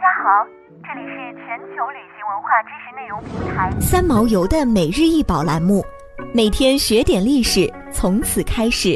家好，这里是全球旅行文化知识内容平台三毛游的每日一宝栏目，每天学点历史，从此开始。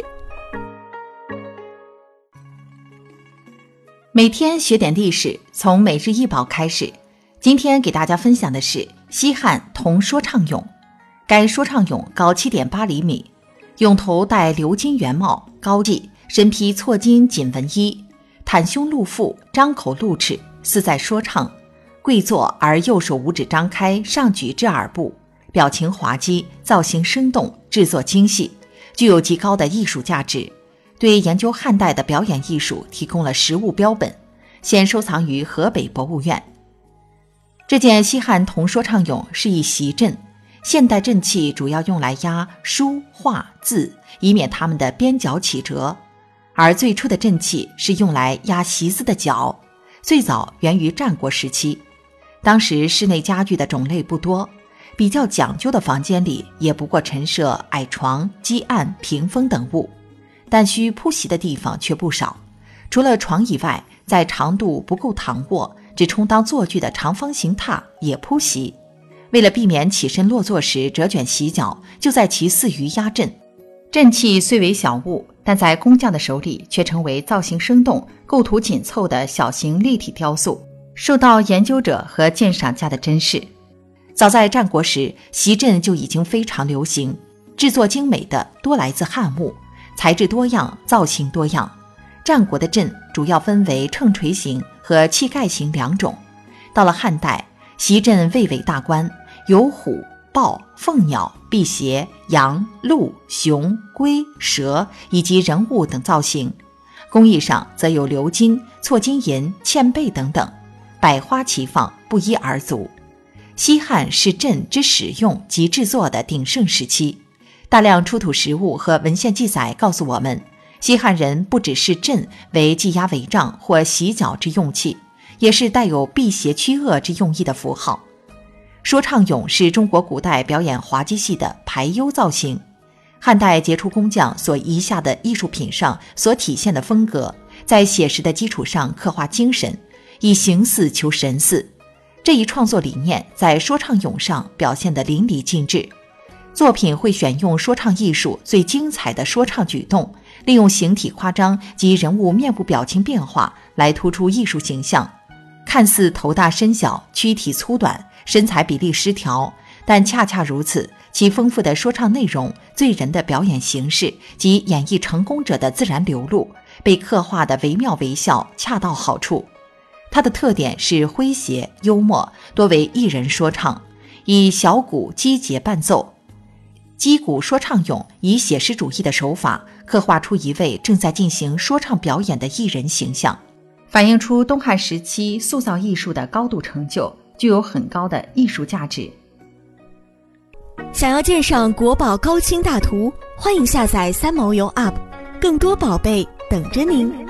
每天学点历史，从每日一宝开始。今天给大家分享的是西汉铜说唱俑。该说唱俑高 7.8 厘米，俑头戴鎏金圆帽，高髻，身披错金锦纹衣，袒胸露腹，张口露齿，似在说唱。跪坐而右手五指张开，上举至耳部，表情滑稽，造型生动，制作精细，具有极高的艺术价值，对研究汉代的表演艺术提供了实物标本，现收藏于河北博物院。这件西汉铜说唱俑是一席镇，现代镇器主要用来压书画字，以免它们的边角起折，而最初的镇器是用来压席子的角，最早源于战国时期。当时室内家具的种类不多，比较讲究的房间里也不过陈设矮床、几案、屏风等物，但需铺席的地方却不少。除了床以外，在长度不够躺卧，只充当坐具的长方形榻也铺席。为了避免起身落座时折卷席角，就在其四隅压阵。阵器虽为小物，但在工匠的手里却成为造型生动、构图紧凑的小型立体雕塑，受到研究者和鉴赏家的珍视。早在战国时，席阵就已经非常流行，制作精美的多来自汉木，材质多样，造型多样。战国的阵主要分为秤锤形和气盖形两种。到了汉代，席阵蔚为大观，有虎、豹、凤鸟、辟邪、羊、鹿、熊、龟、蛇以及人物等造型。工艺上则有鎏金、错金银、嵌贝等等，百花齐放，不一而足。西汉是阵之使用及制作的鼎盛时期，大量出土实物和文献记载告诉我们，西汉人不只是阵为系压帷帐或洗脚之用器，也是带有辟邪驱恶之用意的符号。说唱俑是中国古代表演滑稽戏的排忧造型，汉代杰出工匠所遗下的艺术品上所体现的风格，在写实的基础上刻画精神，以形似求神似。这一创作理念在说唱俑上表现得淋漓尽致。作品会选用说唱艺术最精彩的说唱举动，利用形体夸张及人物面部表情变化来突出艺术形象。看似头大身小，躯体粗短，身材比例失调，但恰恰如此，其丰富的说唱内容、醉人的表演形式及演绎成功者的自然流露，被刻画得惟妙惟肖，恰到好处。它的特点是诙谐幽默，多为一人说唱，以小鼓击节伴奏。击鼓说唱俑以写实主义的手法刻画出一位正在进行说唱表演的艺人形象，反映出东汉时期塑造艺术的高度成就，具有很高的艺术价值。 想要鉴赏国宝高清大图，欢迎下载三毛游 App， 更多宝贝等着您。